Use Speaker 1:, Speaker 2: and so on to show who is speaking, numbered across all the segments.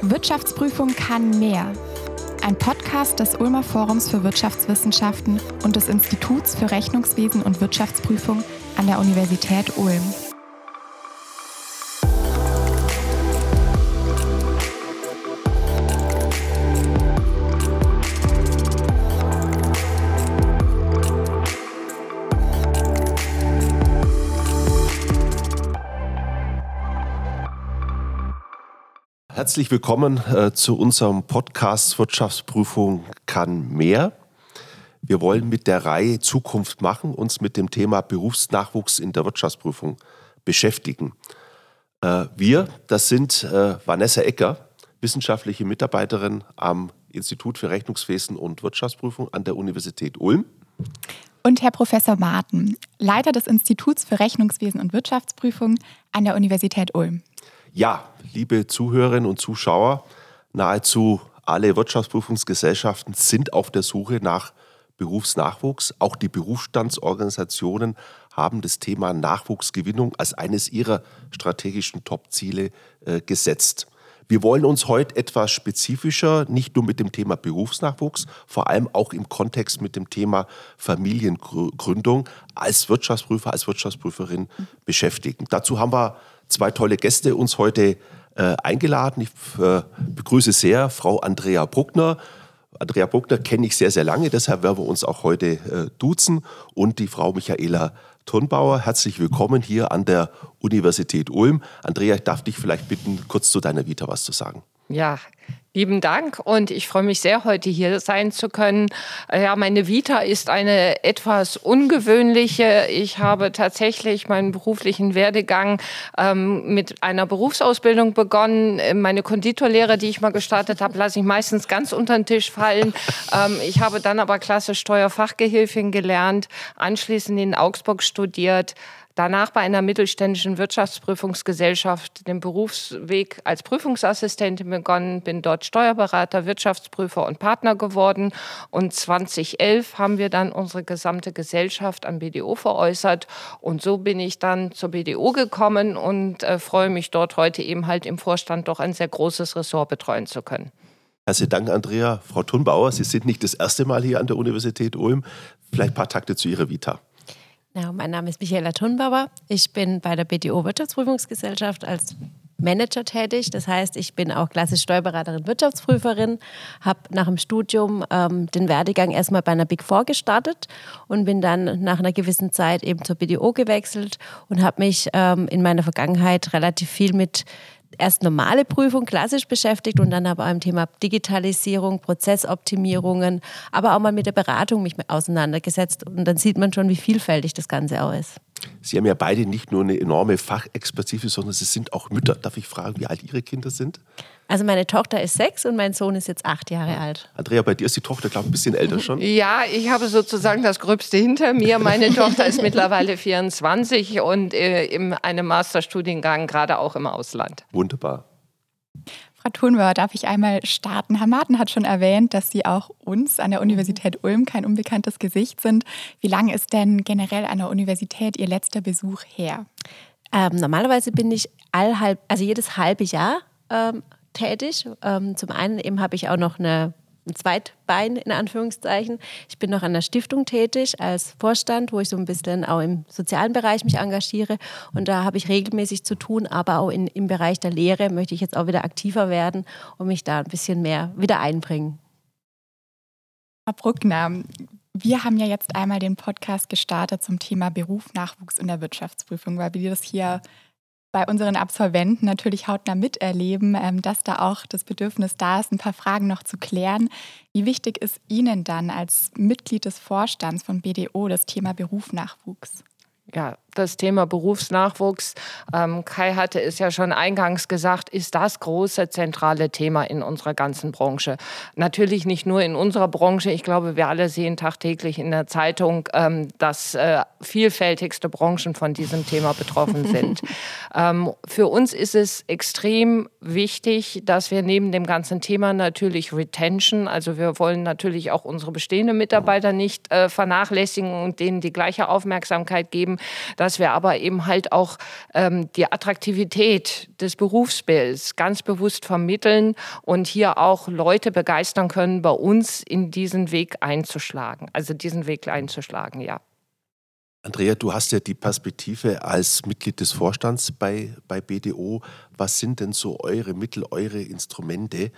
Speaker 1: Wirtschaftsprüfung kann mehr. Ein Podcast des Ulmer Forums für Wirtschaftswissenschaften und des Instituts für Rechnungswesen und Wirtschaftsprüfung an der Universität Ulm.
Speaker 2: Herzlich willkommen zu unserem Podcast Wirtschaftsprüfung kann mehr. Wir wollen mit der Reihe Zukunft machen, uns mit dem Thema Berufsnachwuchs in der Wirtschaftsprüfung beschäftigen. Das sind Vanessa Ecker, wissenschaftliche Mitarbeiterin am Institut für Rechnungswesen und Wirtschaftsprüfung an der Universität Ulm.
Speaker 1: Und Herr Professor Marten, Leiter des Instituts für Rechnungswesen und Wirtschaftsprüfung an der Universität Ulm.
Speaker 2: Ja, liebe Zuhörerinnen und Zuschauer, nahezu alle Wirtschaftsprüfungsgesellschaften sind auf der Suche nach Berufsnachwuchs. Auch die Berufsstandsorganisationen haben das Thema Nachwuchsgewinnung als eines ihrer strategischen Top-Ziele gesetzt. Wir wollen uns heute etwas spezifischer, nicht nur mit dem Thema Berufsnachwuchs, vor allem auch im Kontext mit dem Thema Familiengründung als Wirtschaftsprüfer, als Wirtschaftsprüferin beschäftigen. Dazu haben wir zwei tolle Gäste uns heute eingeladen. Ich begrüße sehr Frau Andrea Bruckner. Andrea Bruckner kenne ich sehr, sehr lange, deshalb werden wir uns auch heute duzen. Und die Frau Michaela Turnbauer. Herzlich willkommen hier an der Universität Ulm. Andrea, ich darf dich vielleicht bitten, kurz zu deiner Vita was zu sagen.
Speaker 3: Ja, lieben Dank und ich freue mich sehr, heute hier sein zu können. Ja, meine Vita ist eine etwas ungewöhnliche. Ich habe tatsächlich meinen beruflichen Werdegang mit einer Berufsausbildung begonnen. Meine Konditorlehre, die ich mal gestartet habe, lasse ich meistens ganz unter den Tisch fallen. Ich habe dann aber klasse Steuerfachgehilfin gelernt, anschließend in Augsburg studiert. Danach bei einer mittelständischen Wirtschaftsprüfungsgesellschaft den Berufsweg als Prüfungsassistentin begonnen, bin dort Steuerberater, Wirtschaftsprüfer und Partner geworden. Und 2011 haben wir dann unsere gesamte Gesellschaft an BDO veräußert. Und so bin ich dann zur BDO gekommen und freue mich dort heute eben halt im Vorstand doch ein sehr großes Ressort betreuen zu können.
Speaker 2: Herzlichen Dank, Andrea. Frau Turnbauer, Sie sind nicht das erste Mal hier an der Universität Ulm. Vielleicht ein paar Takte zu Ihrer Vita.
Speaker 4: Ja, mein Name ist Michaela Turnbauer. Ich bin bei der BDO Wirtschaftsprüfungsgesellschaft als Manager tätig. Das heißt, ich bin auch klassisch Steuerberaterin, Wirtschaftsprüferin, habe nach dem Studium den Werdegang erstmal bei einer Big Four gestartet und bin dann nach einer gewissen Zeit eben zur BDO gewechselt und habe mich in meiner Vergangenheit relativ viel mit erst normale Prüfung, klassisch beschäftigt und dann aber auch im Thema Digitalisierung, Prozessoptimierungen, aber auch mal mit der Beratung mich auseinandergesetzt. Und dann sieht man schon, wie vielfältig das Ganze auch ist.
Speaker 2: Sie haben ja beide nicht nur eine enorme Fachexpertise, sondern Sie sind auch Mütter. Darf ich fragen, wie alt Ihre Kinder sind?
Speaker 4: Also meine Tochter ist 6 und mein Sohn ist jetzt 8 Jahre alt.
Speaker 2: Andrea, bei dir ist die Tochter, glaube ich, ein bisschen älter schon.
Speaker 3: Ja, ich habe sozusagen das Gröbste hinter mir. Meine Tochter ist mittlerweile 24 und in einem Masterstudiengang, gerade auch im Ausland.
Speaker 2: Wunderbar.
Speaker 1: Frau Turnbauer, darf ich einmal starten? Herr Marten hat schon erwähnt, dass Sie auch uns an der Universität Ulm kein unbekanntes Gesicht sind. Wie lange ist denn generell an der Universität Ihr letzter Besuch her?
Speaker 4: Normalerweise bin ich jedes halbe Jahr tätig. Zum einen eben habe ich auch noch ein Zweitbein in Anführungszeichen. Ich bin noch an der Stiftung tätig als Vorstand, wo ich so ein bisschen auch im sozialen Bereich mich engagiere. Und da habe ich regelmäßig zu tun, aber auch im Bereich der Lehre möchte ich jetzt auch wieder aktiver werden und mich da ein bisschen mehr wieder einbringen.
Speaker 1: Frau Bruckner, wir haben ja jetzt einmal den Podcast gestartet zum Thema Berufsnachwuchs in der Wirtschaftsprüfung, weil wir das hier bei unseren Absolventen natürlich hautnah miterleben, dass da auch das Bedürfnis da ist, ein paar Fragen noch zu klären. Wie wichtig ist Ihnen dann als Mitglied des Vorstands von BDO das Thema Berufsnachwuchs?
Speaker 3: Ja, das Thema Berufsnachwuchs, Kai hatte es ja schon eingangs gesagt, ist das große zentrale Thema in unserer ganzen Branche. Natürlich nicht nur in unserer Branche. Ich glaube, wir alle sehen tagtäglich in der Zeitung, dass vielfältigste Branchen von diesem Thema betroffen sind. Für uns ist es extrem wichtig, dass wir neben dem ganzen Thema natürlich Retention, also wir wollen natürlich auch unsere bestehenden Mitarbeiter nicht vernachlässigen und denen die gleiche Aufmerksamkeit geben, dass wir aber eben halt auch die Attraktivität des Berufsbilds ganz bewusst vermitteln und hier auch Leute begeistern können, bei uns in diesen Weg einzuschlagen. Also diesen Weg einzuschlagen, ja.
Speaker 2: Andrea, du hast ja die Perspektive als Mitglied des Vorstands bei BDO. Was sind denn so eure Mittel, eure Instrumente,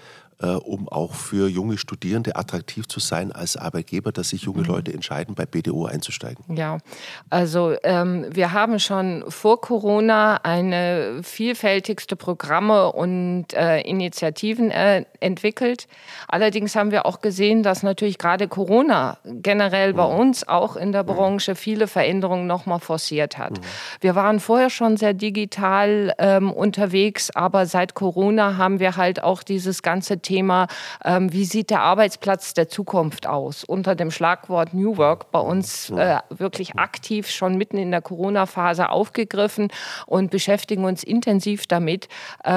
Speaker 2: um auch für junge Studierende attraktiv zu sein als Arbeitgeber, dass sich junge Leute entscheiden, bei BDO einzusteigen?
Speaker 3: Ja, also wir haben schon vor Corona eine vielfältigste Programme und Initiativen entwickelt. Allerdings haben wir auch gesehen, dass natürlich gerade Corona generell bei uns auch in der Branche viele Veränderungen nochmal forciert hat. Wir waren vorher schon sehr digital unterwegs, aber seit Corona haben wir halt auch dieses ganze Thema, wie sieht der Arbeitsplatz der Zukunft aus, unter dem Schlagwort New Work bei uns wirklich aktiv schon mitten in der Corona-Phase aufgegriffen und beschäftigen uns intensiv damit,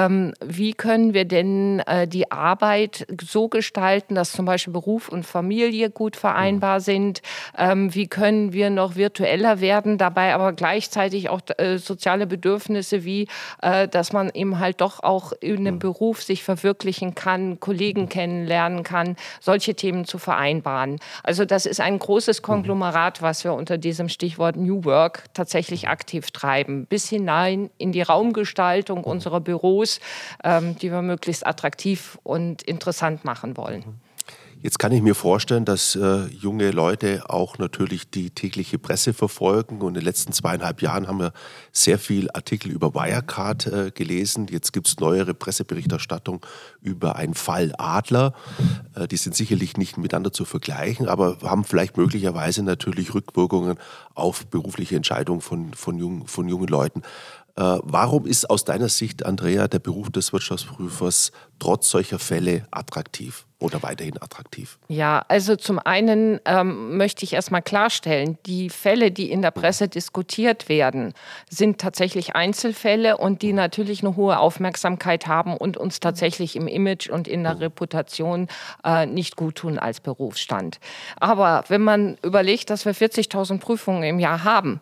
Speaker 3: wie können wir denn die Arbeit so gestalten, dass zum Beispiel Beruf und Familie gut vereinbar sind, wie können wir noch virtueller werden, dabei aber gleichzeitig auch soziale Bedürfnisse wie, dass man eben halt doch auch in einem Beruf sich verwirklichen kann, Kollegen kennenlernen kann, solche Themen zu vereinbaren. Also das ist ein großes Konglomerat, was wir unter diesem Stichwort New Work tatsächlich aktiv treiben, bis hinein in die Raumgestaltung unserer Büros, die wir möglichst attraktiv und interessant machen wollen.
Speaker 2: Jetzt kann ich mir vorstellen, dass junge Leute auch natürlich die tägliche Presse verfolgen. Und in den letzten 2,5 Jahren haben wir sehr viel Artikel über Wirecard gelesen. Jetzt gibt es neuere Presseberichterstattung über einen Fall Adler. Die sind sicherlich nicht miteinander zu vergleichen, aber haben vielleicht möglicherweise natürlich Rückwirkungen auf berufliche Entscheidungen von jungen Leuten. Warum ist aus deiner Sicht, Andrea, der Beruf des Wirtschaftsprüfers trotz solcher Fälle attraktiv oder weiterhin attraktiv?
Speaker 3: Ja, also zum einen möchte ich erstmal klarstellen, die Fälle, die in der Presse diskutiert werden, sind tatsächlich Einzelfälle und die natürlich eine hohe Aufmerksamkeit haben und uns tatsächlich im Image und in der Reputation nicht gut tun als Berufsstand. Aber wenn man überlegt, dass wir 40.000 Prüfungen im Jahr haben,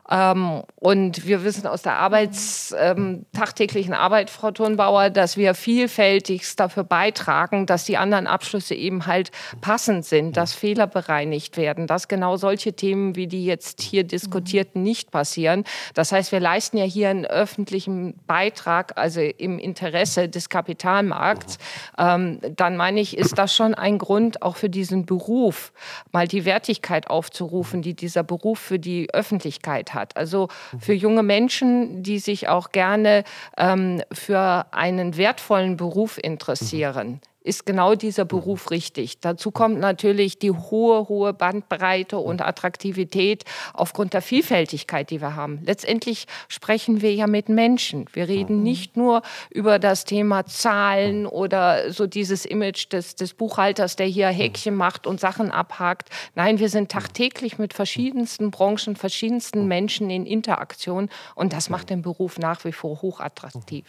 Speaker 3: und wir wissen aus der tagtäglichen Arbeit, Frau Thurnbauer, dass wir vielfältigst dafür beitragen, dass die anderen Abschlüsse eben halt passend sind, dass Fehler bereinigt werden, dass genau solche Themen, wie die jetzt hier diskutierten, nicht passieren. Das heißt, wir leisten ja hier einen öffentlichen Beitrag, also im Interesse des Kapitalmarkts. Dann meine ich, ist das schon ein Grund, auch für diesen Beruf mal die Wertigkeit aufzurufen, die dieser Beruf für die Öffentlichkeit hat. Also für junge Menschen, die sich auch gerne für einen wertvollen Beruf interessieren, ist genau dieser Beruf richtig. Dazu kommt natürlich die hohe Bandbreite und Attraktivität aufgrund der Vielfältigkeit, die wir haben. Letztendlich sprechen wir ja mit Menschen. Wir reden nicht nur über das Thema Zahlen oder so dieses Image des Buchhalters, der hier Häkchen macht und Sachen abhakt. Nein, wir sind tagtäglich mit verschiedensten Branchen, verschiedensten Menschen in Interaktion und das macht den Beruf nach wie vor hochattraktiv.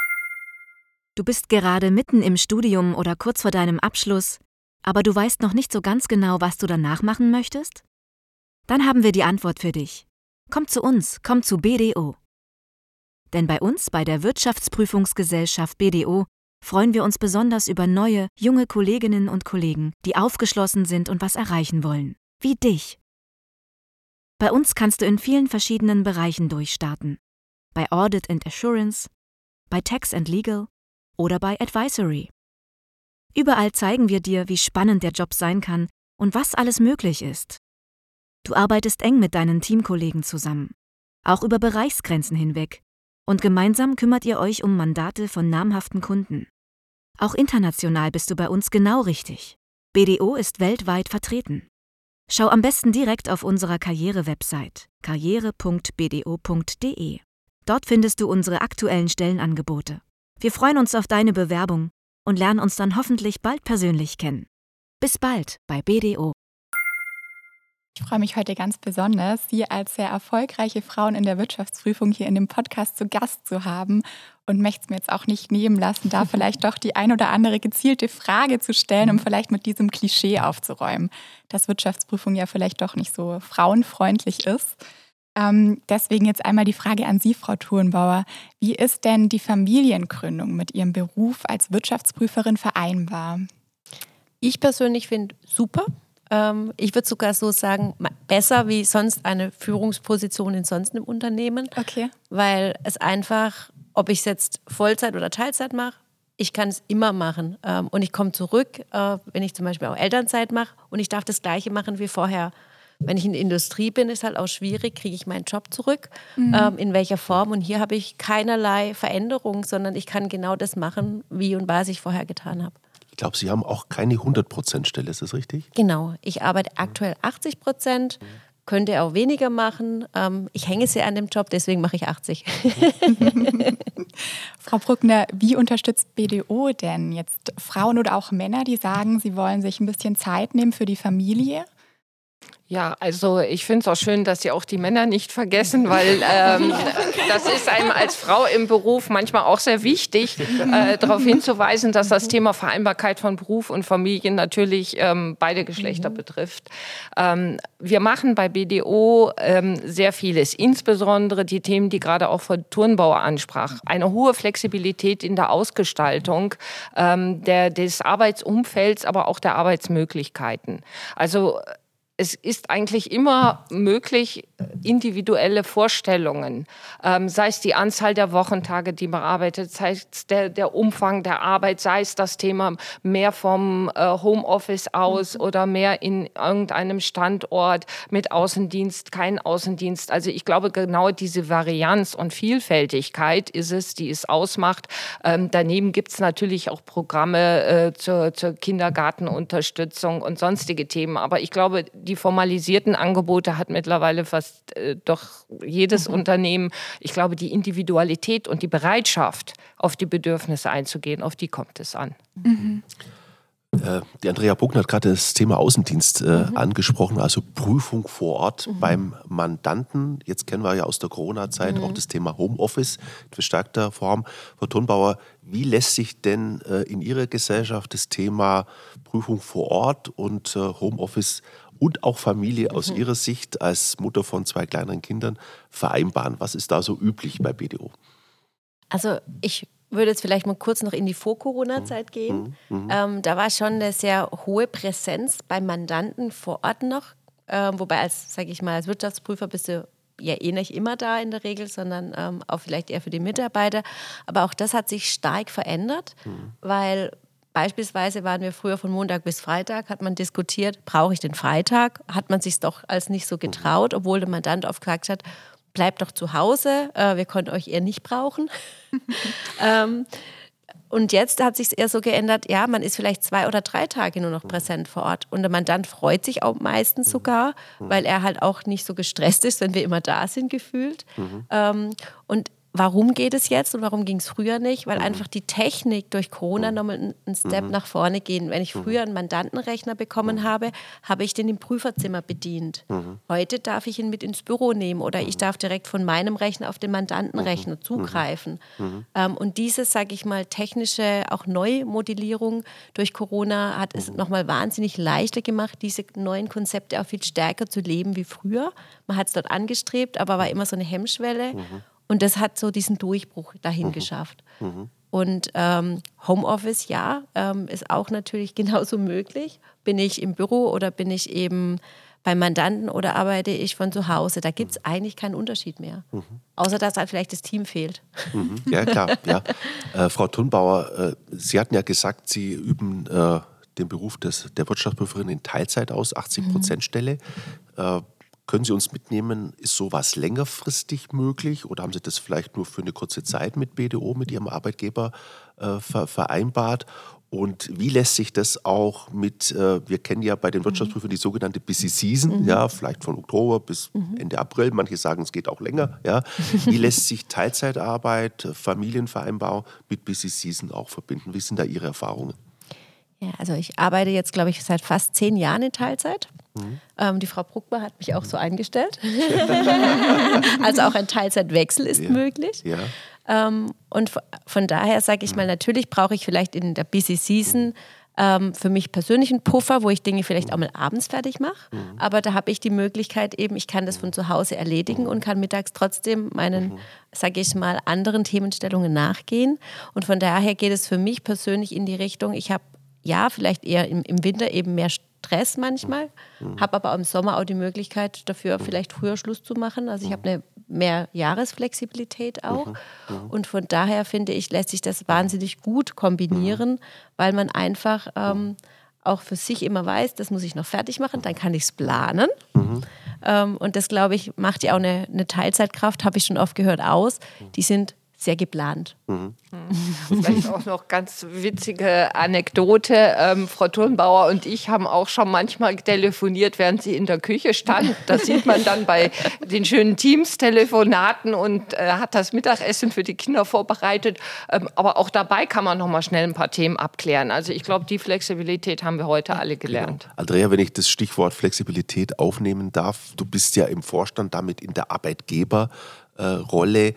Speaker 5: Du bist gerade mitten im Studium oder kurz vor deinem Abschluss, aber du weißt noch nicht so ganz genau, was du danach machen möchtest? Dann haben wir die Antwort für dich. Komm zu uns, komm zu BDO. Denn bei uns, bei der Wirtschaftsprüfungsgesellschaft BDO, freuen wir uns besonders über neue, junge Kolleginnen und Kollegen, die aufgeschlossen sind und was erreichen wollen. Wie dich. Bei uns kannst du in vielen verschiedenen Bereichen durchstarten. Bei Audit and Assurance, bei Tax and Legal oder bei Advisory. Überall zeigen wir dir, wie spannend der Job sein kann und was alles möglich ist. Du arbeitest eng mit deinen Teamkollegen zusammen, auch über Bereichsgrenzen hinweg, und gemeinsam kümmert ihr euch um Mandate von namhaften Kunden. Auch international bist du bei uns genau richtig. BDO ist weltweit vertreten. Schau am besten direkt auf unserer Karriere-Website karriere.bdo.de. Dort findest du unsere aktuellen Stellenangebote. Wir freuen uns auf deine Bewerbung und lernen uns dann hoffentlich bald persönlich kennen. Bis bald bei BDO.
Speaker 1: Ich freue mich heute ganz besonders, Sie als sehr erfolgreiche Frauen in der Wirtschaftsprüfung hier in dem Podcast zu Gast zu haben und möchte es mir jetzt auch nicht nehmen lassen, da vielleicht doch die ein oder andere gezielte Frage zu stellen, um vielleicht mit diesem Klischee aufzuräumen, dass Wirtschaftsprüfung ja vielleicht doch nicht so frauenfreundlich ist. Deswegen jetzt einmal die Frage an Sie, Frau Thurnbauer. Wie ist denn die Familiengründung mit Ihrem Beruf als Wirtschaftsprüferin vereinbar?
Speaker 4: Ich persönlich finde super. Ich würde sogar so sagen, besser wie sonst eine Führungsposition in sonst einem Unternehmen.
Speaker 1: Okay.
Speaker 4: Weil es einfach, ob ich es jetzt Vollzeit oder Teilzeit mache, ich kann es immer machen. Und ich komme zurück, wenn ich zum Beispiel auch Elternzeit mache und ich darf das Gleiche machen wie vorher. Wenn ich in der Industrie bin, ist halt auch schwierig, kriege ich meinen Job zurück, in welcher Form. Und hier habe ich keinerlei Veränderung, sondern ich kann genau das machen, wie und was ich vorher getan habe.
Speaker 2: Ich glaube, Sie haben auch keine 100%-Stelle, ist das richtig?
Speaker 4: Genau, ich arbeite aktuell 80%, könnte auch weniger machen. Ich hänge sehr an dem Job, deswegen mache ich 80.
Speaker 1: Frau Brückner, wie unterstützt BDO denn jetzt Frauen oder auch Männer, die sagen, sie wollen sich ein bisschen Zeit nehmen für die Familie?
Speaker 3: Ja, also ich finde es auch schön, dass Sie auch die Männer nicht vergessen, weil das ist einem als Frau im Beruf manchmal auch sehr wichtig, darauf hinzuweisen, dass das Thema Vereinbarkeit von Beruf und Familie natürlich beide Geschlechter betrifft. Wir machen bei BDO sehr vieles, insbesondere die Themen, die gerade auch Frau Thurnbauer ansprach. Eine hohe Flexibilität in der Ausgestaltung des Arbeitsumfelds, aber auch der Arbeitsmöglichkeiten. Also es ist eigentlich immer möglich, individuelle Vorstellungen, sei es die Anzahl der Wochentage, die man arbeitet, sei es der Umfang der Arbeit, sei es das Thema mehr vom Homeoffice aus oder mehr in irgendeinem Standort mit Außendienst, kein Außendienst. Also ich glaube, genau diese Varianz und Vielfältigkeit ist es, die es ausmacht. Daneben gibt es natürlich auch Programme zur Kindergartenunterstützung und sonstige Themen. Aber ich glaube, die formalisierten Angebote hat mittlerweile fast doch jedes Unternehmen. Ich glaube, die Individualität und die Bereitschaft, auf die Bedürfnisse einzugehen, auf die kommt es an.
Speaker 2: Die Andrea Bruckner hat gerade das Thema Außendienst angesprochen, also Prüfung vor Ort beim Mandanten. Jetzt kennen wir ja aus der Corona-Zeit auch das Thema Homeoffice in verstärkter Form. Frau Thurnbauer, wie lässt sich denn in Ihrer Gesellschaft das Thema Prüfung vor Ort und Homeoffice und auch Familie aus Ihrer Sicht als Mutter von 2 kleineren Kindern vereinbaren? Was ist da so üblich bei BDO?
Speaker 4: Also ich würde jetzt vielleicht mal kurz noch in die Vor-Corona-Zeit gehen. Da war schon eine sehr hohe Präsenz beim Mandanten vor Ort noch. Wobei als Wirtschaftsprüfer bist du ja eh nicht immer da in der Regel, sondern auch vielleicht eher für die Mitarbeiter. Aber auch das hat sich stark verändert, weil beispielsweise waren wir früher von Montag bis Freitag, hat man diskutiert, brauche ich den Freitag? Hat man sich doch als nicht so getraut, obwohl der Mandant oft gesagt hat, bleibt doch zu Hause, wir konnten euch eher nicht brauchen. Und jetzt hat sich es eher so geändert, ja, man ist vielleicht 2 oder 3 Tage nur noch präsent vor Ort. Und der Mandant freut sich auch meistens sogar, weil er halt auch nicht so gestresst ist, wenn wir immer da sind, gefühlt. Und warum geht es jetzt und warum ging es früher nicht? Weil einfach die Technik durch Corona nochmal einen Step nach vorne geht. Wenn ich früher einen Mandantenrechner bekommen habe, habe ich den im Prüferzimmer bedient. Heute darf ich ihn mit ins Büro nehmen oder ich darf direkt von meinem Rechner auf den Mandantenrechner zugreifen. Und diese, sage ich mal, technische auch Neumodellierung durch Corona hat es nochmal wahnsinnig leichter gemacht, diese neuen Konzepte auch viel stärker zu leben wie früher. Man hat es dort angestrebt, aber war immer so eine Hemmschwelle. Und das hat so diesen Durchbruch dahin geschafft. Und Homeoffice, ja, ist auch natürlich genauso möglich. Bin ich im Büro oder bin ich eben beim Mandanten oder arbeite ich von zu Hause? Da gibt es eigentlich keinen Unterschied mehr. Außer, dass halt vielleicht das Team fehlt.
Speaker 2: Ja, klar. Ja. Frau Thurnbauer, Sie hatten ja gesagt, Sie üben den Beruf der Wirtschaftsprüferin in Teilzeit aus, 80%-Stelle. Können Sie uns mitnehmen, ist sowas längerfristig möglich oder haben Sie das vielleicht nur für eine kurze Zeit mit BDO, mit Ihrem Arbeitgeber vereinbart? Und wie lässt sich das auch wir kennen ja bei den Wirtschaftsprüfern die sogenannte Busy Season, ja, vielleicht von Oktober bis Ende April, manche sagen, es geht auch länger. Ja. Wie lässt sich Teilzeitarbeit, Familienvereinbarung mit Busy Season auch verbinden? Wie sind da Ihre Erfahrungen?
Speaker 4: Ja, also ich arbeite jetzt, glaube ich, seit fast 10 Jahren in Teilzeit. Die Frau Bruckner hat mich auch so eingestellt. Also auch ein Teilzeitwechsel ist möglich. Ja. Und von daher sage ich mal, natürlich brauche ich vielleicht in der Busy Season für mich persönlich einen Puffer, wo ich Dinge vielleicht auch mal abends fertig mache. Aber da habe ich die Möglichkeit eben, ich kann das von zu Hause erledigen und kann mittags trotzdem meinen, sage ich mal, anderen Themenstellungen nachgehen. Und von daher geht es für mich persönlich in die Richtung, ich habe vielleicht eher im Winter eben mehr Stress manchmal, habe aber im Sommer auch die Möglichkeit dafür vielleicht früher Schluss zu machen. Also ich habe eine mehr Jahresflexibilität auch und von daher finde ich, lässt sich das wahnsinnig gut kombinieren, weil man einfach auch für sich immer weiß, das muss ich noch fertig machen, dann kann ich es planen. Und das, glaube ich, macht ja auch eine Teilzeitkraft, habe ich schon oft gehört, aus. Die sind sehr geplant.
Speaker 3: Vielleicht auch noch ganz witzige Anekdote. Frau Thurnbauer und ich haben auch schon manchmal telefoniert, während sie in der Küche stand. Das sieht man dann bei den schönen Teams-Telefonaten und hat das Mittagessen für die Kinder vorbereitet. Aber auch dabei kann man noch mal schnell ein paar Themen abklären. Also ich glaube, die Flexibilität haben wir heute alle gelernt.
Speaker 2: Genau. Andrea, wenn ich das Stichwort Flexibilität aufnehmen darf, du bist ja im Vorstand damit in der Arbeitgeberrolle.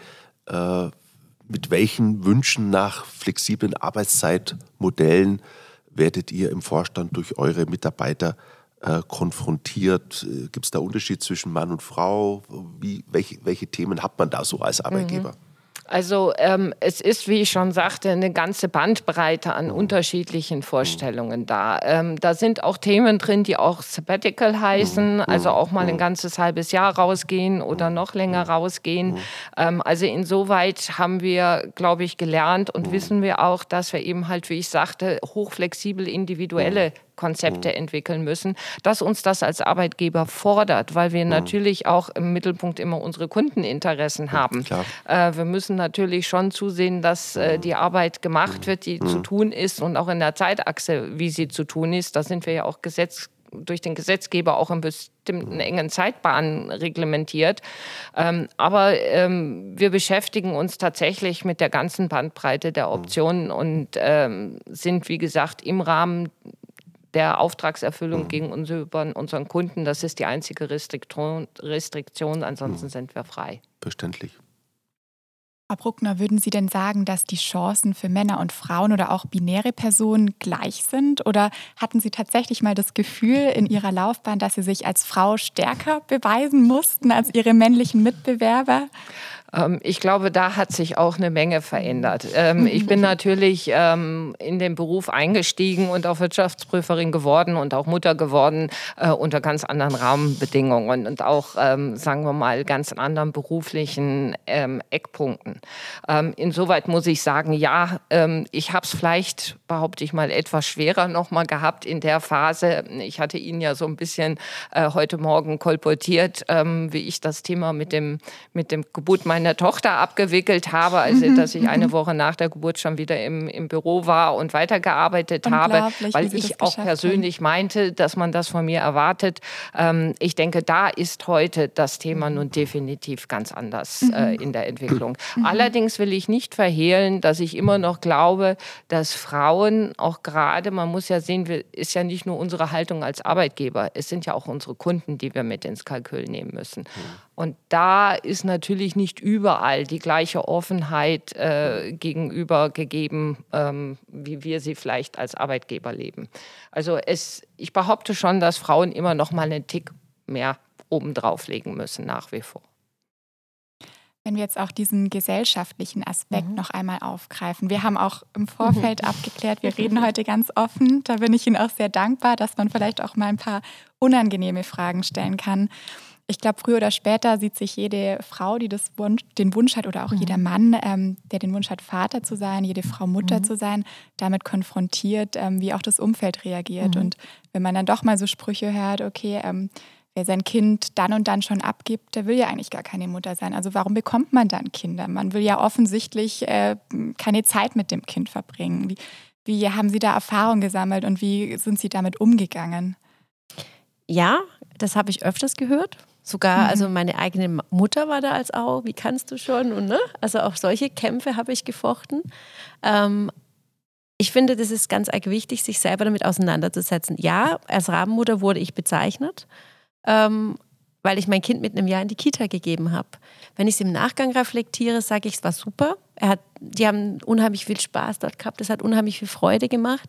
Speaker 2: Mit welchen Wünschen nach flexiblen Arbeitszeitmodellen werdet ihr im Vorstand durch eure Mitarbeiter konfrontiert? Gibt es da Unterschied zwischen Mann und Frau? Welche Themen hat man da so als Arbeitgeber?
Speaker 3: Also es ist, wie ich schon sagte, eine ganze Bandbreite an unterschiedlichen Vorstellungen da. Da sind auch Themen drin, die auch Sabbatical heißen, also auch mal ein ganzes halbes Jahr rausgehen oder noch länger rausgehen. Also insoweit haben wir, glaube ich, gelernt und wissen wir auch, dass wir eben halt, wie ich sagte, hochflexibel individuelle Konzepte entwickeln müssen, dass uns das als Arbeitgeber fordert, weil wir natürlich auch im Mittelpunkt immer unsere Kundeninteressen haben. Wir müssen natürlich schon zusehen, dass die Arbeit gemacht wird, die zu tun ist und auch in der Zeitachse, wie sie zu tun ist. Da sind wir ja auch durch den Gesetzgeber auch in bestimmten engen Zeitbahnen reglementiert. Aber wir beschäftigen uns tatsächlich mit der ganzen Bandbreite der Optionen und sind, wie gesagt, im Rahmen der Auftragserfüllung gegen unseren Kunden. Das ist die einzige Restriktion. Ansonsten sind wir frei.
Speaker 2: Verständlich.
Speaker 1: Frau Bruckner, würden Sie denn sagen, dass die Chancen für Männer und Frauen oder auch binäre Personen gleich sind? Oder hatten Sie tatsächlich mal das Gefühl in Ihrer Laufbahn, dass Sie sich als Frau stärker beweisen mussten als Ihre männlichen Mitbewerber?
Speaker 3: Ich glaube, da hat sich auch eine Menge verändert. Ich bin natürlich in den Beruf eingestiegen und auch Wirtschaftsprüferin geworden und auch Mutter geworden unter ganz anderen Rahmenbedingungen und auch, sagen wir mal, ganz anderen beruflichen Eckpunkten. Insoweit muss ich sagen, ja, ich habe es vielleicht, behaupte ich mal, etwas schwerer noch mal gehabt in der Phase. Ich hatte Ihnen ja so ein bisschen heute Morgen kolportiert, wie ich das Thema mit dem Geburt meiner Tochter abgewickelt habe, also dass ich eine Woche nach der Geburt schon wieder im Büro war und weitergearbeitet habe, weil ich auch persönlich meinte, dass man das von mir erwartet. Ich denke, da ist heute das Thema nun definitiv ganz anders in der Entwicklung. Allerdings will ich nicht verhehlen, dass ich immer noch glaube, dass Frauen auch gerade, man muss ja sehen, ist ja nicht nur unsere Haltung als Arbeitgeber, es sind ja auch unsere Kunden, die wir mit ins Kalkül nehmen müssen. Und da ist natürlich nicht überall die gleiche Offenheit gegenüber gegeben, wie wir sie vielleicht als Arbeitgeber leben. Also ich behaupte schon, dass Frauen immer noch mal einen Tick mehr obendrauf legen müssen, nach wie vor.
Speaker 1: Wenn wir jetzt auch diesen gesellschaftlichen Aspekt noch einmal aufgreifen. Wir haben auch im Vorfeld abgeklärt, wir reden heute ganz offen. Da bin ich Ihnen auch sehr dankbar, dass man vielleicht auch mal ein paar unangenehme Fragen stellen kann. Ich glaube, früher oder später sieht sich jede Frau, die den Wunsch hat, oder auch jeder Mann, der den Wunsch hat, Vater zu sein, jede Frau Mutter zu sein, damit konfrontiert, wie auch das Umfeld reagiert. Und wenn man dann doch mal so Sprüche hört, okay, wer sein Kind dann und dann schon abgibt, der will ja eigentlich gar keine Mutter sein. Also warum bekommt man dann Kinder? Man will ja offensichtlich keine Zeit mit dem Kind verbringen. Wie haben Sie da Erfahrung gesammelt und wie sind Sie damit umgegangen?
Speaker 4: Ja, das habe ich öfters gehört. Sogar, also meine eigene Mutter war da als auch, wie kannst du schon? Und, ne? Also auch solche Kämpfe habe ich gefochten. Ich finde, das ist ganz arg wichtig, sich selber damit auseinanderzusetzen. Ja, als Rabenmutter wurde ich bezeichnet. weil ich mein Kind mit einem Jahr in die Kita gegeben habe. Wenn ich es im Nachgang reflektiere, sage ich, es war super. Die haben unheimlich viel Spaß dort gehabt, es hat unheimlich viel Freude gemacht.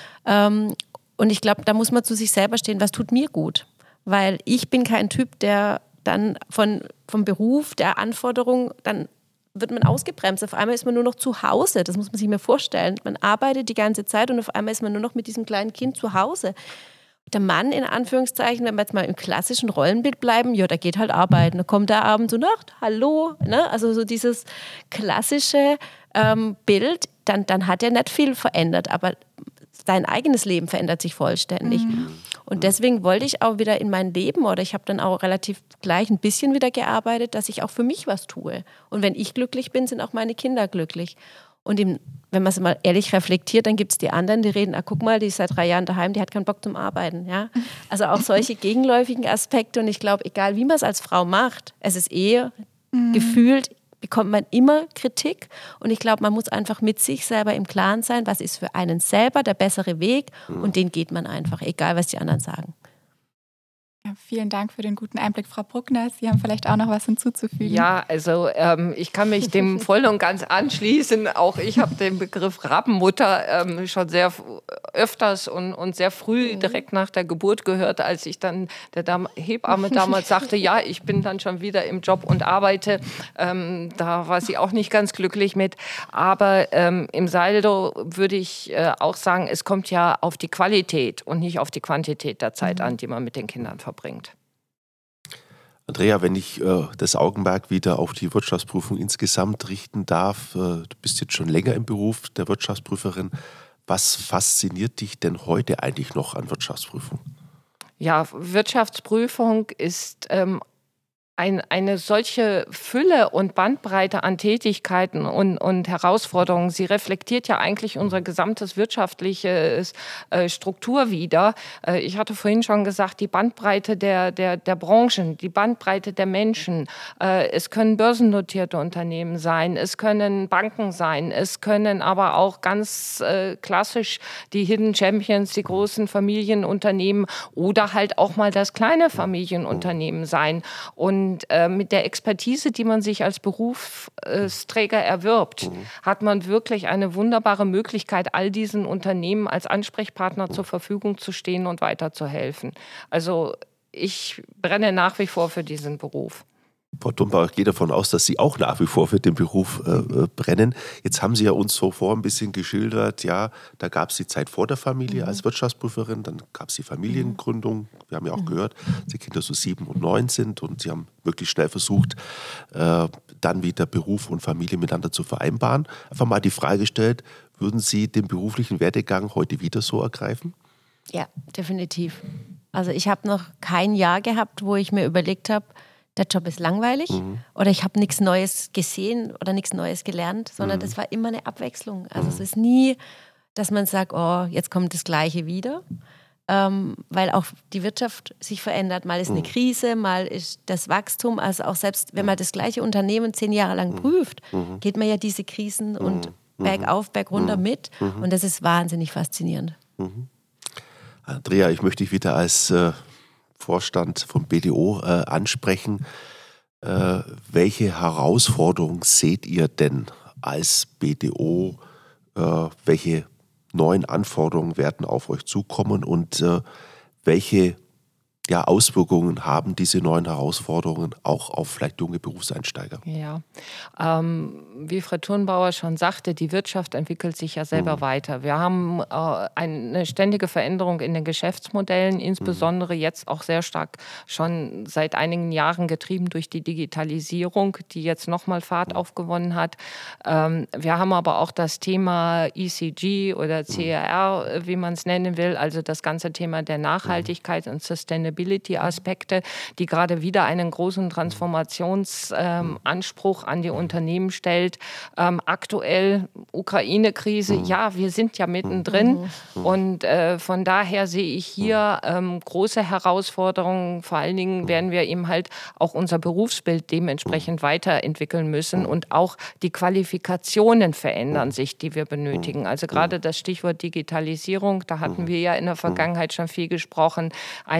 Speaker 4: Und ich glaube, da muss man zu sich selber stehen, was tut mir gut? Weil ich bin kein Typ, der dann vom Beruf, der Anforderung, dann wird man ausgebremst. Auf einmal ist man nur noch zu Hause. Das muss man sich mal vorstellen. Man arbeitet die ganze Zeit und auf einmal ist man nur noch mit diesem kleinen Kind zu Hause. Der Mann, in Anführungszeichen, wenn wir jetzt mal im klassischen Rollenbild bleiben, ja, der geht halt arbeiten. Da kommt der abends so, Nacht, hallo. Ne? Also so dieses klassische Bild, dann hat er nicht viel verändert, aber dein eigenes Leben verändert sich vollständig. Und deswegen wollte ich auch wieder in mein Leben, oder ich habe dann auch relativ gleich ein bisschen wieder gearbeitet, dass ich auch für mich was tue. Und wenn ich glücklich bin, sind auch meine Kinder glücklich. Und wenn man es mal ehrlich reflektiert, dann gibt es die anderen, die reden, guck mal, die ist seit 3 Jahren daheim, die hat keinen Bock zum Arbeiten. Ja? Also auch solche gegenläufigen Aspekte. Und ich glaube, egal wie man es als Frau macht, es ist gefühlt, bekommt man immer Kritik. Und ich glaube, man muss einfach mit sich selber im Klaren sein, was ist für einen selber der bessere Weg. Und den geht man einfach, egal was die anderen sagen.
Speaker 1: Ja, vielen Dank für den guten Einblick, Frau Bruckner. Sie haben vielleicht auch noch was hinzuzufügen.
Speaker 3: Ja, also ich kann mich dem voll und ganz anschließen. Auch ich habe den Begriff Rabenmutter schon sehr öfters und sehr früh direkt nach der Geburt gehört, als ich dann der Hebamme damals sagte, ja, ich bin dann schon wieder im Job und arbeite. Da war sie auch nicht ganz glücklich mit. Aber im Saldo würde ich auch sagen, es kommt ja auf die Qualität und nicht auf die Quantität der Zeit an, die man mit den Kindern verbringt.
Speaker 2: Andrea, wenn ich das Augenmerk wieder auf die Wirtschaftsprüfung insgesamt richten darf, du bist jetzt schon länger im Beruf der Wirtschaftsprüferin. Was fasziniert dich denn heute eigentlich noch an Wirtschaftsprüfung?
Speaker 3: Ja, Wirtschaftsprüfung ist eine solche Fülle und Bandbreite an Tätigkeiten und Herausforderungen. Sie reflektiert ja eigentlich unser gesamtes wirtschaftliches Struktur wider. Ich hatte vorhin schon gesagt, die Bandbreite der Branchen, die Bandbreite der Menschen. Es können börsennotierte Unternehmen sein, es können Banken sein, es können aber auch ganz klassisch die Hidden Champions, die großen Familienunternehmen oder halt auch mal das kleine Familienunternehmen sein. Und mit der Expertise, die man sich als Berufsträger erwirbt, hat man wirklich eine wunderbare Möglichkeit, all diesen Unternehmen als Ansprechpartner zur Verfügung zu stehen und weiterzuhelfen. Also ich brenne nach wie vor für diesen Beruf.
Speaker 2: Frau Thumbauer, ich gehe davon aus, dass Sie auch nach wie vor für den Beruf brennen. Jetzt haben Sie ja uns so vor ein bisschen geschildert, ja, da gab es die Zeit vor der Familie als Wirtschaftsprüferin, dann gab es die Familiengründung. Wir haben ja auch gehört, dass die Kinder so 7 und 9 sind und Sie haben wirklich schnell versucht, dann wieder Beruf und Familie miteinander zu vereinbaren. Einfach mal die Frage gestellt, würden Sie den beruflichen Werdegang heute wieder so ergreifen?
Speaker 4: Ja, definitiv. Also ich habe noch kein Jahr gehabt, wo ich mir überlegt habe, der Job ist langweilig oder ich habe nichts Neues gesehen oder nichts Neues gelernt, sondern das war immer eine Abwechslung. Also es ist nie, dass man sagt, oh, jetzt kommt das Gleiche wieder, weil auch die Wirtschaft sich verändert. Mal ist eine Krise, mal ist das Wachstum. Also auch selbst, wenn man das gleiche Unternehmen 10 Jahre lang prüft, geht man ja diese Krisen und bergauf, bergunter mit. Und das ist wahnsinnig faszinierend.
Speaker 2: Andrea, ich möchte dich wieder als Vorstand von BDO ansprechen. Welche Herausforderungen seht ihr denn als BDO? Welche neuen Anforderungen werden auf euch zukommen und welche Auswirkungen haben diese neuen Herausforderungen auch auf vielleicht junge Berufseinsteiger?
Speaker 3: Ja, wie Frau Thurnbauer schon sagte, die Wirtschaft entwickelt sich ja selber weiter. Wir haben eine ständige Veränderung in den Geschäftsmodellen, insbesondere jetzt auch sehr stark schon seit einigen Jahren getrieben durch die Digitalisierung, die jetzt nochmal Fahrt aufgewonnen hat. Wir haben aber auch das Thema ESG oder CSR, wie man es nennen will, also das ganze Thema der Nachhaltigkeit und Sustainability-Aspekte, die gerade wieder einen großen Transformationsanspruch an die Unternehmen stellt. Aktuell Ukraine-Krise, ja, wir sind ja mittendrin und von daher sehe ich hier große Herausforderungen. Vor allen Dingen werden wir eben halt auch unser Berufsbild dementsprechend weiterentwickeln müssen und auch die Qualifikationen verändern sich, die wir benötigen. Also gerade das Stichwort Digitalisierung, da hatten wir ja in der Vergangenheit schon viel gesprochen, Einsatz von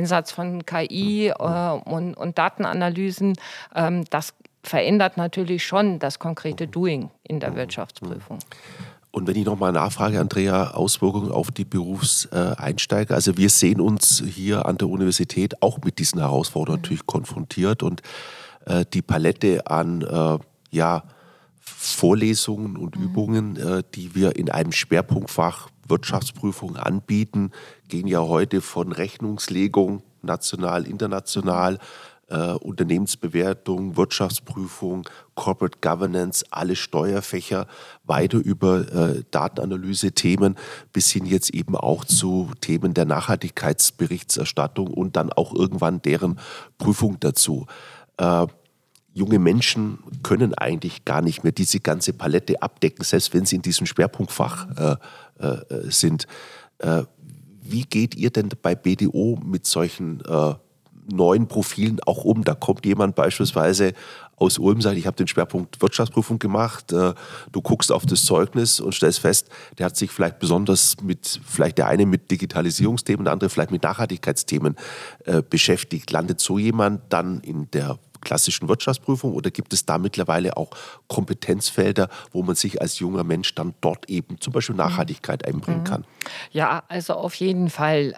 Speaker 3: von KI und Datenanalysen, das verändert natürlich schon das konkrete Doing in der Wirtschaftsprüfung.
Speaker 2: Und wenn ich nochmal nachfrage, Andrea, Auswirkungen auf die Berufseinsteiger. Also wir sehen uns hier an der Universität auch mit diesen Herausforderungen natürlich konfrontiert und die Palette an Vorlesungen und Übungen, die wir in einem Schwerpunktfach Wirtschaftsprüfung anbieten, gehen ja heute von Rechnungslegung, national, international, Unternehmensbewertung, Wirtschaftsprüfung, Corporate Governance, alle Steuerfächer, weiter über Datenanalyse-Themen bis hin jetzt eben auch zu Themen der Nachhaltigkeitsberichterstattung und dann auch irgendwann deren Prüfung dazu. Junge Menschen können eigentlich gar nicht mehr diese ganze Palette abdecken, selbst wenn sie in diesem Schwerpunktfach sind. Wie geht ihr denn bei BDO mit solchen neuen Profilen auch um? Da kommt jemand beispielsweise aus Ulm, sagt, ich habe den Schwerpunkt Wirtschaftsprüfung gemacht. Du guckst auf das Zeugnis und stellst fest, der hat sich vielleicht besonders vielleicht der eine mit Digitalisierungsthemen, der andere vielleicht mit Nachhaltigkeitsthemen beschäftigt. Landet so jemand dann in der klassischen Wirtschaftsprüfung oder gibt es da mittlerweile auch Kompetenzfelder, wo man sich als junger Mensch dann dort eben zum Beispiel Nachhaltigkeit einbringen kann?
Speaker 3: Ja, also auf jeden Fall.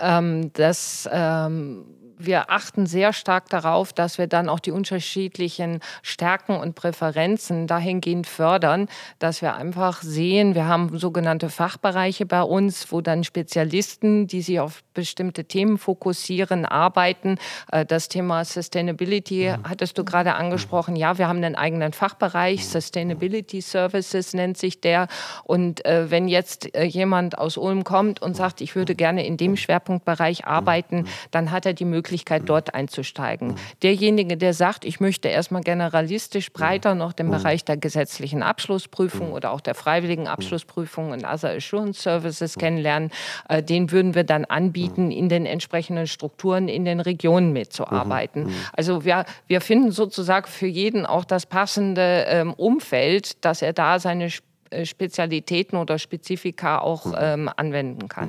Speaker 3: Wir achten sehr stark darauf, dass wir dann auch die unterschiedlichen Stärken und Präferenzen dahingehend fördern, dass wir einfach sehen, wir haben sogenannte Fachbereiche bei uns, wo dann Spezialisten, die sich auf bestimmte Themen fokussieren, arbeiten. Das Thema Sustainability hattest du gerade angesprochen. Ja, wir haben einen eigenen Fachbereich, Sustainability Services nennt sich der. Und wenn jetzt jemand aus Ulm kommt und sagt, ich würde gerne in dem Schwerpunktbereich arbeiten, dann hat er die Möglichkeit, dort einzusteigen. Derjenige, der sagt, ich möchte erstmal generalistisch breiter noch den Bereich der gesetzlichen Abschlussprüfung oder auch der freiwilligen Abschlussprüfung und Other Assurance Services kennenlernen, den würden wir dann anbieten, in den entsprechenden Strukturen in den Regionen mitzuarbeiten. Also wir finden sozusagen für jeden auch das passende Umfeld, dass er da seine Spezialitäten oder Spezifika auch anwenden kann.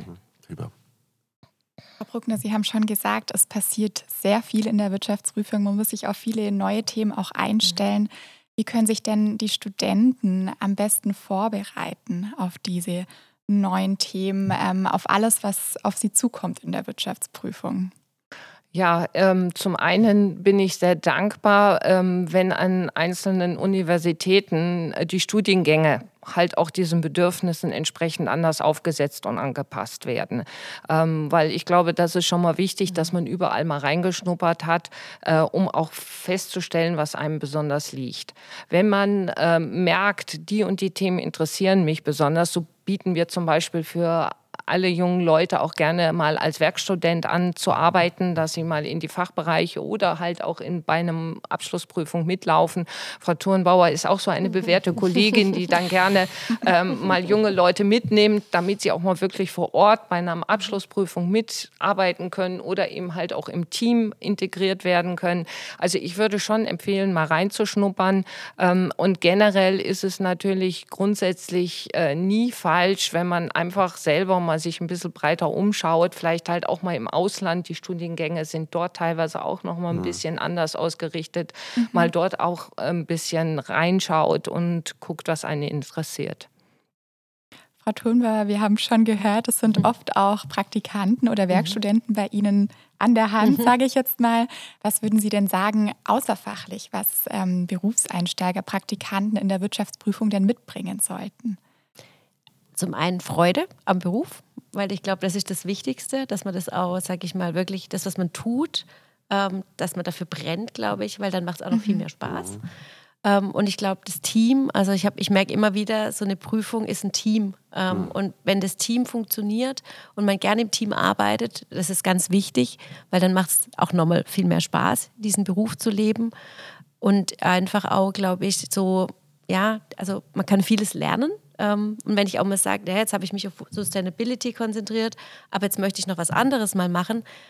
Speaker 1: Frau Bruckner, Sie haben schon gesagt, es passiert sehr viel in der Wirtschaftsprüfung. Man muss sich auf viele neue Themen auch einstellen. Wie können sich denn die Studenten am besten vorbereiten auf diese neuen Themen, auf alles, was auf sie zukommt in der Wirtschaftsprüfung?
Speaker 3: Ja, zum einen bin ich sehr dankbar, wenn an einzelnen Universitäten die Studiengänge halt auch diesen Bedürfnissen entsprechend anders aufgesetzt und angepasst werden. Weil ich glaube, das ist schon mal wichtig, dass man überall mal reingeschnuppert hat, um auch festzustellen, was einem besonders liegt. Wenn man merkt, die und die Themen interessieren mich besonders, so bieten wir zum Beispiel für alle jungen Leute auch gerne mal als Werkstudent anzuarbeiten, dass sie mal in die Fachbereiche oder halt auch bei einem Abschlussprüfung mitlaufen. Frau Thurnbauer ist auch so eine bewährte Kollegin, die dann gerne mal junge Leute mitnimmt, damit sie auch mal wirklich vor Ort bei einer Abschlussprüfung mitarbeiten können oder eben halt auch im Team integriert werden können. Also ich würde schon empfehlen, mal reinzuschnuppern. Und generell ist es natürlich grundsätzlich nie falsch, wenn man einfach selber mal sich ein bisschen breiter umschaut, vielleicht halt auch mal im Ausland. Die Studiengänge sind dort teilweise auch noch mal ein bisschen anders ausgerichtet. Mal dort auch ein bisschen reinschaut und guckt, was einen interessiert.
Speaker 1: Frau Thurnbauer, wir haben schon gehört, es sind oft auch Praktikanten oder Werkstudenten bei Ihnen an der Hand, sage ich jetzt mal. Was würden Sie denn sagen, außerfachlich, was Berufseinsteiger, Praktikanten in der Wirtschaftsprüfung denn mitbringen sollten?
Speaker 4: Zum einen Freude am Beruf, weil ich glaube, das ist das Wichtigste, dass man das auch, sage ich mal, wirklich das, was man tut, dass man dafür brennt, glaube ich, weil dann macht es auch noch viel mehr Spaß. Und ich glaube, das Team, also ich merke immer wieder, so eine Prüfung ist ein Team. Und wenn das Team funktioniert und man gerne im Team arbeitet, das ist ganz wichtig, weil dann macht es auch nochmal viel mehr Spaß, diesen Beruf zu leben. Und einfach auch, glaube ich, so, ja, also man kann vieles lernen. Und wenn ich auch mal sage, ja, jetzt habe ich mich auf Sustainability konzentriert, aber jetzt möchte ich noch was anderes mal machen,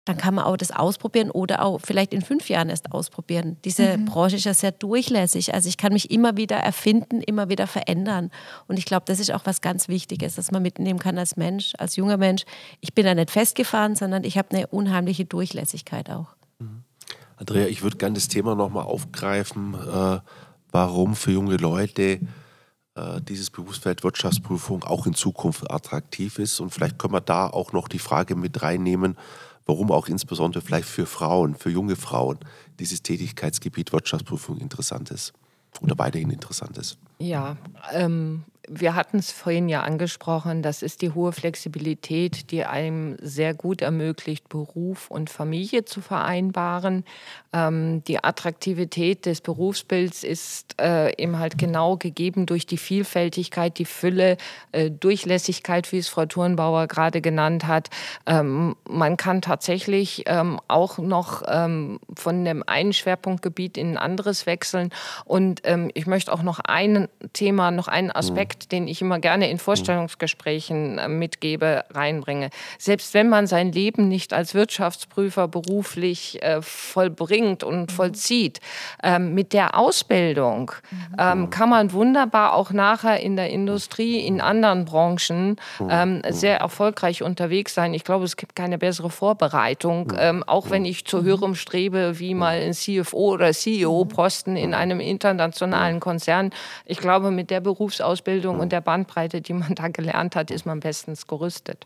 Speaker 4: dann kann man auch das ausprobieren oder auch vielleicht in 5 Jahren erst ausprobieren. Diese Branche ist ja sehr durchlässig. Also ich kann mich immer wieder erfinden, immer wieder verändern. Und ich glaube, das ist auch was ganz Wichtiges, dass man mitnehmen kann als Mensch, als junger Mensch. Ich bin da nicht festgefahren, sondern ich habe eine unheimliche Durchlässigkeit auch.
Speaker 2: Andrea, ich würde gerne das Thema nochmal aufgreifen, warum für junge Leute dieses Berufsfeld Wirtschaftsprüfung auch in Zukunft attraktiv ist. Und vielleicht können wir da auch noch die Frage mit reinnehmen, warum auch insbesondere vielleicht für Frauen, für junge Frauen, dieses Tätigkeitsgebiet Wirtschaftsprüfung interessant ist oder weiterhin interessant ist.
Speaker 3: Ja, wir hatten es vorhin ja angesprochen, das ist die hohe Flexibilität, die einem sehr gut ermöglicht, Beruf und Familie zu vereinbaren. Die Attraktivität des Berufsbilds ist eben halt genau gegeben durch die Vielfältigkeit, die Fülle, Durchlässigkeit, wie es Frau Thurnbauer gerade genannt hat. Man kann tatsächlich auch noch von dem einen Schwerpunktgebiet in ein anderes wechseln. Und ich möchte auch noch ein Thema, noch einen Aspekt, den ich immer gerne in Vorstellungsgesprächen mitgebe, reinbringe. Selbst wenn man sein Leben nicht als Wirtschaftsprüfer beruflich vollbringt und vollzieht, mit der Ausbildung kann man wunderbar auch nachher in der Industrie, in anderen Branchen sehr erfolgreich unterwegs sein. Ich glaube, es gibt keine bessere Vorbereitung, auch wenn ich zu höherem strebe, wie mal ein CFO oder CEO-Posten in einem internationalen Konzern. Ich glaube, mit der Berufsausbildung und der Bandbreite, die man da gelernt hat, ist man bestens gerüstet.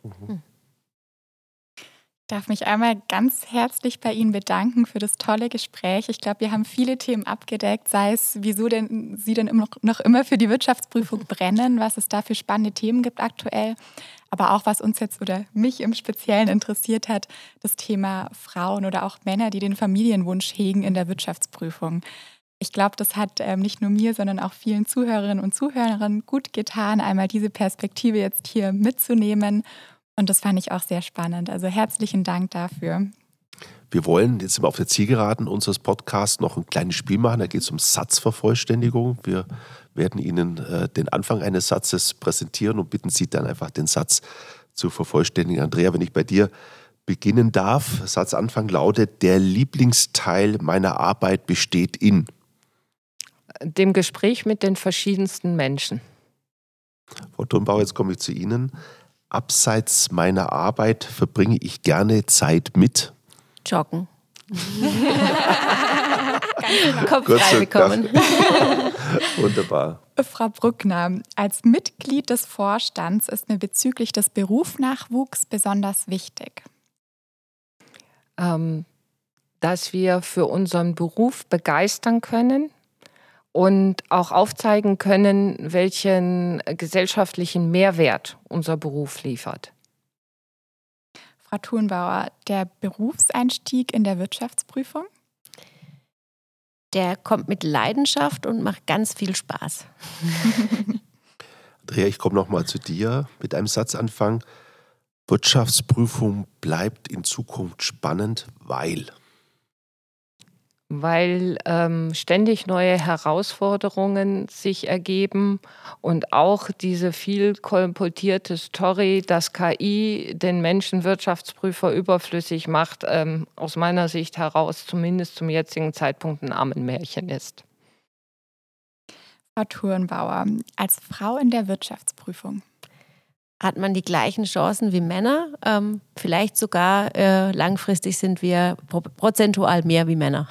Speaker 1: Ich darf mich einmal ganz herzlich bei Ihnen bedanken für das tolle Gespräch. Ich glaube, wir haben viele Themen abgedeckt, sei es, wieso denn Sie denn noch immer für die Wirtschaftsprüfung brennen, was es da für spannende Themen gibt aktuell, aber auch was uns jetzt oder mich im Speziellen interessiert hat, das Thema Frauen oder auch Männer, die den Familienwunsch hegen in der Wirtschaftsprüfung. Ich glaube, das hat nicht nur mir, sondern auch vielen Zuhörerinnen und Zuhörern gut getan, einmal diese Perspektive jetzt hier mitzunehmen. Und das fand ich auch sehr spannend. Also herzlichen Dank dafür.
Speaker 2: Wir wollen, jetzt sind wir auf der Zielgeraden unseres Podcasts, noch ein kleines Spiel machen. Da geht es um Satzvervollständigung. Wir werden Ihnen den Anfang eines Satzes präsentieren und bitten Sie dann einfach, den Satz zu vervollständigen. Andrea, wenn ich bei dir beginnen darf. Satzanfang lautet: Der Lieblingsteil meiner Arbeit besteht in
Speaker 3: dem Gespräch mit den verschiedensten Menschen.
Speaker 2: Frau Thurnbauer, jetzt komme ich zu Ihnen. Abseits meiner Arbeit verbringe ich gerne Zeit mit
Speaker 4: Joggen.
Speaker 2: Kopf frei bekommen. Wunderbar.
Speaker 1: Frau Brückner, als Mitglied des Vorstands ist mir bezüglich des Berufsnachwuchs besonders wichtig,
Speaker 3: dass wir für unseren Beruf begeistern können und auch aufzeigen können, welchen gesellschaftlichen Mehrwert unser Beruf liefert.
Speaker 1: Frau Thurnbauer, der Berufseinstieg in der Wirtschaftsprüfung?
Speaker 4: Der kommt mit Leidenschaft und macht ganz viel Spaß.
Speaker 2: Andrea, ich komme nochmal zu dir mit einem Satzanfang. Wirtschaftsprüfung bleibt in Zukunft spannend, weil
Speaker 3: ständig neue Herausforderungen sich ergeben und auch diese viel kolportierte Story, dass KI den Menschen Wirtschaftsprüfer überflüssig macht, aus meiner Sicht heraus zumindest zum jetzigen Zeitpunkt ein Ammenmärchen ist.
Speaker 1: Frau Thurnbauer, als Frau in der Wirtschaftsprüfung
Speaker 4: hat man die gleichen Chancen wie Männer. Vielleicht sogar langfristig sind wir prozentual mehr wie Männer.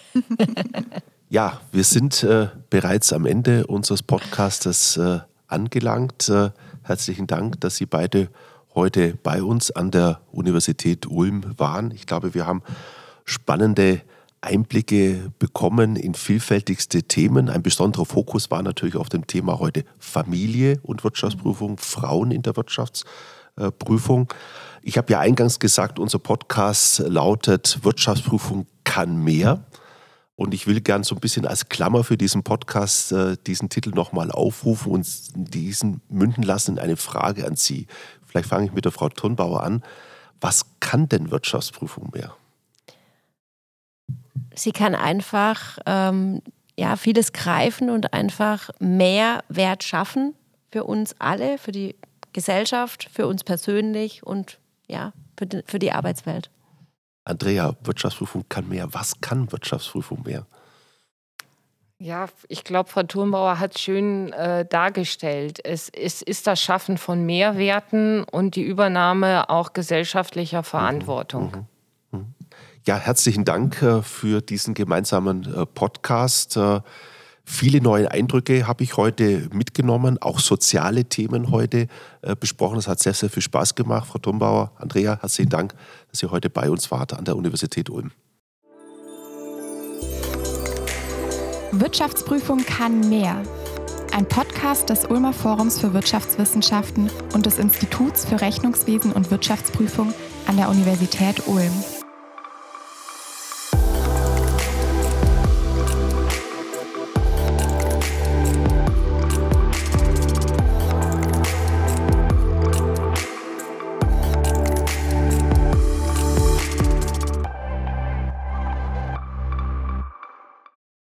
Speaker 2: Ja, wir sind bereits am Ende unseres Podcastes angelangt. Herzlichen Dank, dass Sie beide heute bei uns an der Universität Ulm waren. Ich glaube, wir haben spannende Einblicke bekommen in vielfältigste Themen. Ein besonderer Fokus war natürlich auf dem Thema heute Familie und Wirtschaftsprüfung, Frauen in der Wirtschaftsprüfung. Ich habe ja eingangs gesagt, unser Podcast lautet Wirtschaftsprüfung kann mehr. Und ich will gern so ein bisschen als Klammer für diesen Podcast diesen Titel nochmal aufrufen und diesen münden lassen in eine Frage an Sie. Vielleicht fange ich mit der Frau Thurnbauer an. Was kann denn Wirtschaftsprüfung mehr?
Speaker 4: Sie kann einfach vieles greifen und einfach mehr Wert schaffen für uns alle, für die Gesellschaft, für uns persönlich und ja, für die Arbeitswelt.
Speaker 2: Andrea, Wirtschaftsprüfung kann mehr. Was kann Wirtschaftsprüfung mehr?
Speaker 3: Ja, ich glaube, Frau Thurnbauer hat es schön dargestellt. Es ist das Schaffen von Mehrwerten und die Übernahme auch gesellschaftlicher Verantwortung.
Speaker 2: Ja, herzlichen Dank für diesen gemeinsamen Podcast. Viele neue Eindrücke habe ich heute mitgenommen, auch soziale Themen heute besprochen. Es hat sehr, sehr viel Spaß gemacht. Frau Thurnbauer, Andrea, herzlichen Dank, dass ihr heute bei uns wart an der Universität Ulm.
Speaker 1: Wirtschaftsprüfung kann mehr. Ein Podcast des Ulmer Forums für Wirtschaftswissenschaften und des Instituts für Rechnungswesen und Wirtschaftsprüfung an der Universität Ulm.